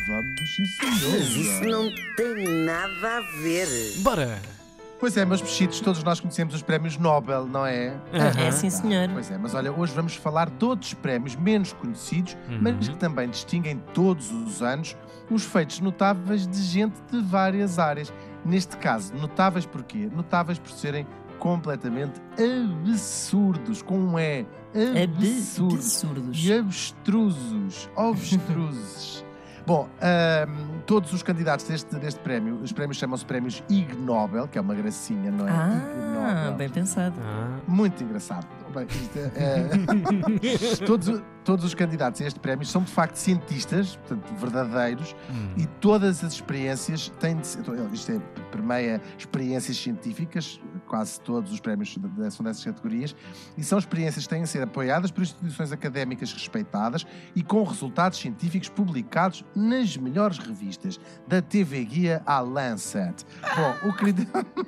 Vamos, sim, Mas isso senhora. não tem nada a ver. Bora! Pois é, meus pechitos, todos nós conhecemos os prémios Nobel, não é? É sim, senhor. Pois é, mas olha, hoje vamos falar de outros prémios menos conhecidos, mas que também distinguem todos os anos os feitos notáveis de gente de várias áreas. Neste caso, notáveis porquê? Notáveis por serem completamente absurdos, com um E. Absurdos. Absurdos. E abstrusos. Obstrusos. Bom, todos os candidatos deste prémio, os prémios chamam-se prémios Ig Nobel, que é uma gracinha, não é? Ig Nobel. Bem pensado. Muito engraçado. Bem, todos os candidatos a este prémio são de facto cientistas, portanto, verdadeiros, e todas as experiências têm de ser. Isto permeia experiências científicas, quase todos os prémios são dessas categorias, e são experiências que têm de ser apoiadas por instituições académicas respeitadas e com resultados científicos publicados nas melhores revistas, da TV Guia à Lancet. Bom, o querido.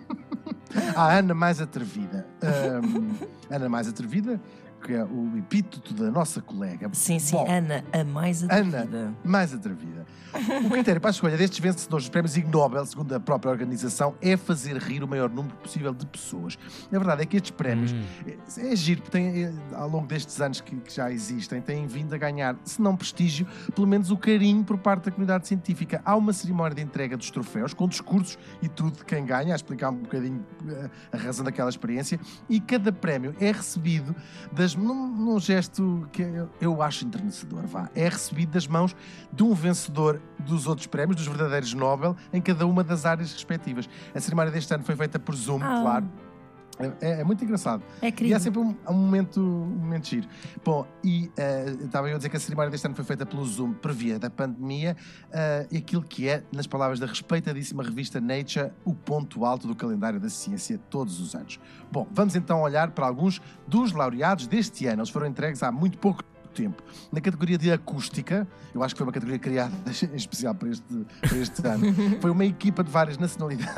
A Ana mais atrevida. Ana mais atrevida, que é o epíteto da nossa colega. Sim, Bom, Ana, a mais atrevida. Ana, mais atrevida. O critério para a escolha destes vencedores dos prémios Ig Nobel, segundo a própria organização, é fazer rir o maior número possível de pessoas. A verdade é que estes prémios é giro, porque ao longo destes anos que já existem, têm vindo a ganhar, se não prestígio, pelo menos o carinho por parte da comunidade científica. Há uma cerimónia de entrega dos troféus, com discursos e tudo de quem ganha, a explicar um bocadinho a razão daquela experiência, e cada prémio é recebido num gesto que eu acho enternecedor, é recebido das mãos de um vencedor dos outros prémios, dos verdadeiros Nobel, em cada uma das áreas respectivas. A cerimónia deste ano foi feita por Zoom, claro. É muito engraçado. É querido. E há sempre um momento giro. Bom, estava eu a dizer que a cerimónia deste ano foi feita pelo Zoom por via da pandemia, e aquilo que é, nas palavras da respeitadíssima revista Nature, o ponto alto do calendário da ciência todos os anos. Bom, vamos então olhar para alguns dos laureados deste ano. Eles foram entregues há muito pouco tempo. Na categoria de acústica, eu acho que foi uma categoria criada em especial para este ano, foi uma equipa de várias nacionalidades.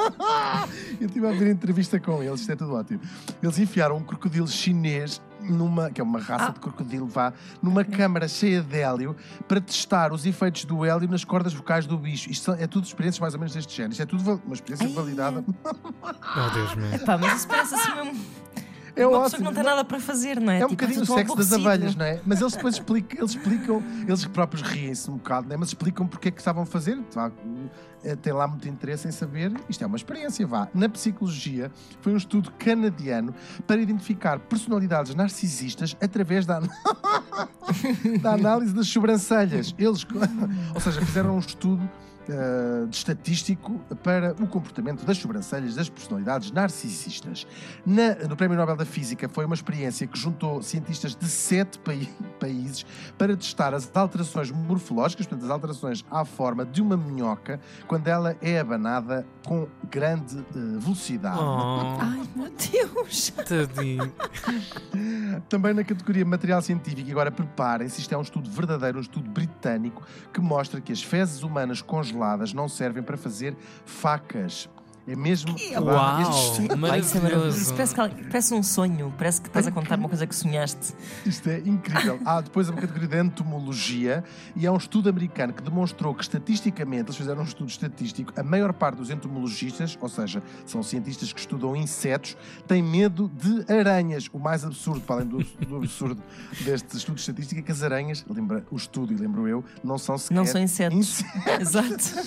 Eu estive a ver entrevista com eles, isto é tudo ótimo. Eles enfiaram um crocodilo chinês que é uma raça de crocodilo, numa câmara cheia de hélio para testar os efeitos do hélio nas cordas vocais do bicho. Isto é tudo experiências mais ou menos deste género. Isto é tudo uma experiência validada. Oh, Deus meu. Epá, mas isso parece assim mesmo. É Uma ótimo. pessoa que não tem nada para fazer, não é? É um Tipo, bocadinho o estou sexo das aborrecido. abelhas, não é? Mas eles depois explicam, eles próprios riem-se um bocado, não é? Mas explicam porque é que estavam a fazer. Tem lá muito interesse em saber. Isto é uma experiência, Na psicologia, foi um estudo canadiano para identificar personalidades narcisistas através da análise das sobrancelhas. Ou seja, fizeram um estudo de estatístico para o comportamento das sobrancelhas das personalidades narcisistas. No Prémio Nobel da Física foi uma experiência que juntou cientistas de 7 países para testar as alterações morfológicas, portanto, as alterações à forma de uma minhoca quando ela é abanada com grande velocidade. Ai, meu Deus! Tadinho. Também na categoria material científico, e agora preparem-se, isto é um estudo verdadeiro, um estudo britânico, que mostra que as fezes humanas congeladas não servem para fazer facas. É mesmo... Uau! Ai, isso é maravilhoso. Isso Maravilhoso. parece um sonho. Parece que estás a contar uma coisa que sonhaste. Isto é incrível. Há depois uma categoria de entomologia, e é um estudo americano que demonstrou que estatisticamente, eles fizeram um estudo estatístico, a maior parte dos entomologistas, ou seja, são cientistas que estudam insetos, têm medo de aranhas. O mais absurdo, para além do absurdo deste estudo estatístico, é que as aranhas, lembra o estudo e lembro eu, não são sequer... Não são insetos. Exato.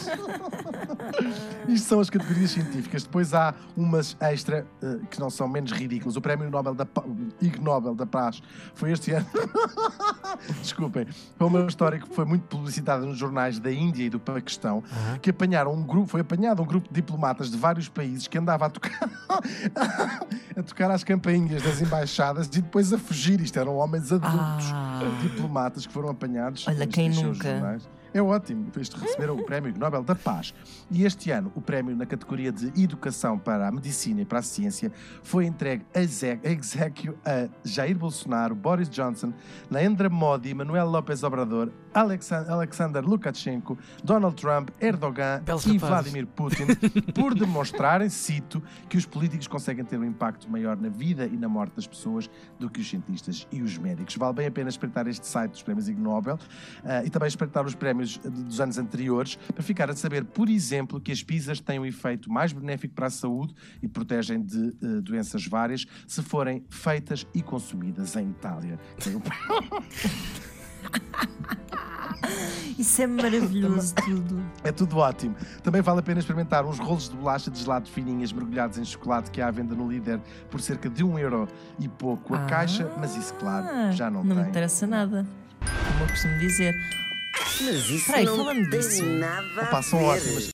Isto são as categorias científicas. Depois há umas extra que não são menos ridículas. O Prémio Ig Nobel da Paz foi este ano. Desculpem. Foi uma história que foi muito publicitada nos jornais da Índia e do Paquistão, que foi apanhado um grupo de diplomatas de vários países que andava a tocar às campainhas das embaixadas e depois a fugir. Isto eram homens adultos, diplomatas que foram apanhados. Olha, quem nos nunca? jornais. É ótimo, receberam o Prémio Nobel da Paz. E este ano, o prémio na categoria de Educação para a Medicina e para a Ciência foi entregue a exequio a Jair Bolsonaro, Boris Johnson, Narendra Modi, Manuel López Obrador, Alexander Lukashenko, Donald Trump, Erdogan Belos e rapazes. Vladimir Putin por demonstrarem, cito, que os políticos conseguem ter um impacto maior na vida e na morte das pessoas do que os cientistas e os médicos. Vale bem a pena espreitar este site dos prémios Ig Nobel e também espreitar os prémios dos anos anteriores para ficar a saber, por exemplo, que as pizzas têm um efeito mais benéfico para a saúde e protegem de doenças várias se forem feitas e consumidas em Itália. Isso é maravilhoso tudo. É tudo ótimo. Também vale a pena experimentar uns rolos de bolacha de gelado fininhas mergulhados em chocolate que há à venda no Líder por cerca de €1 e pouco a caixa, mas isso, claro, já não me tem. interessa nada. Como eu costumo dizer. Mas isso Peraí, não falando tem disso. nada Opa, a são ver. ótimas.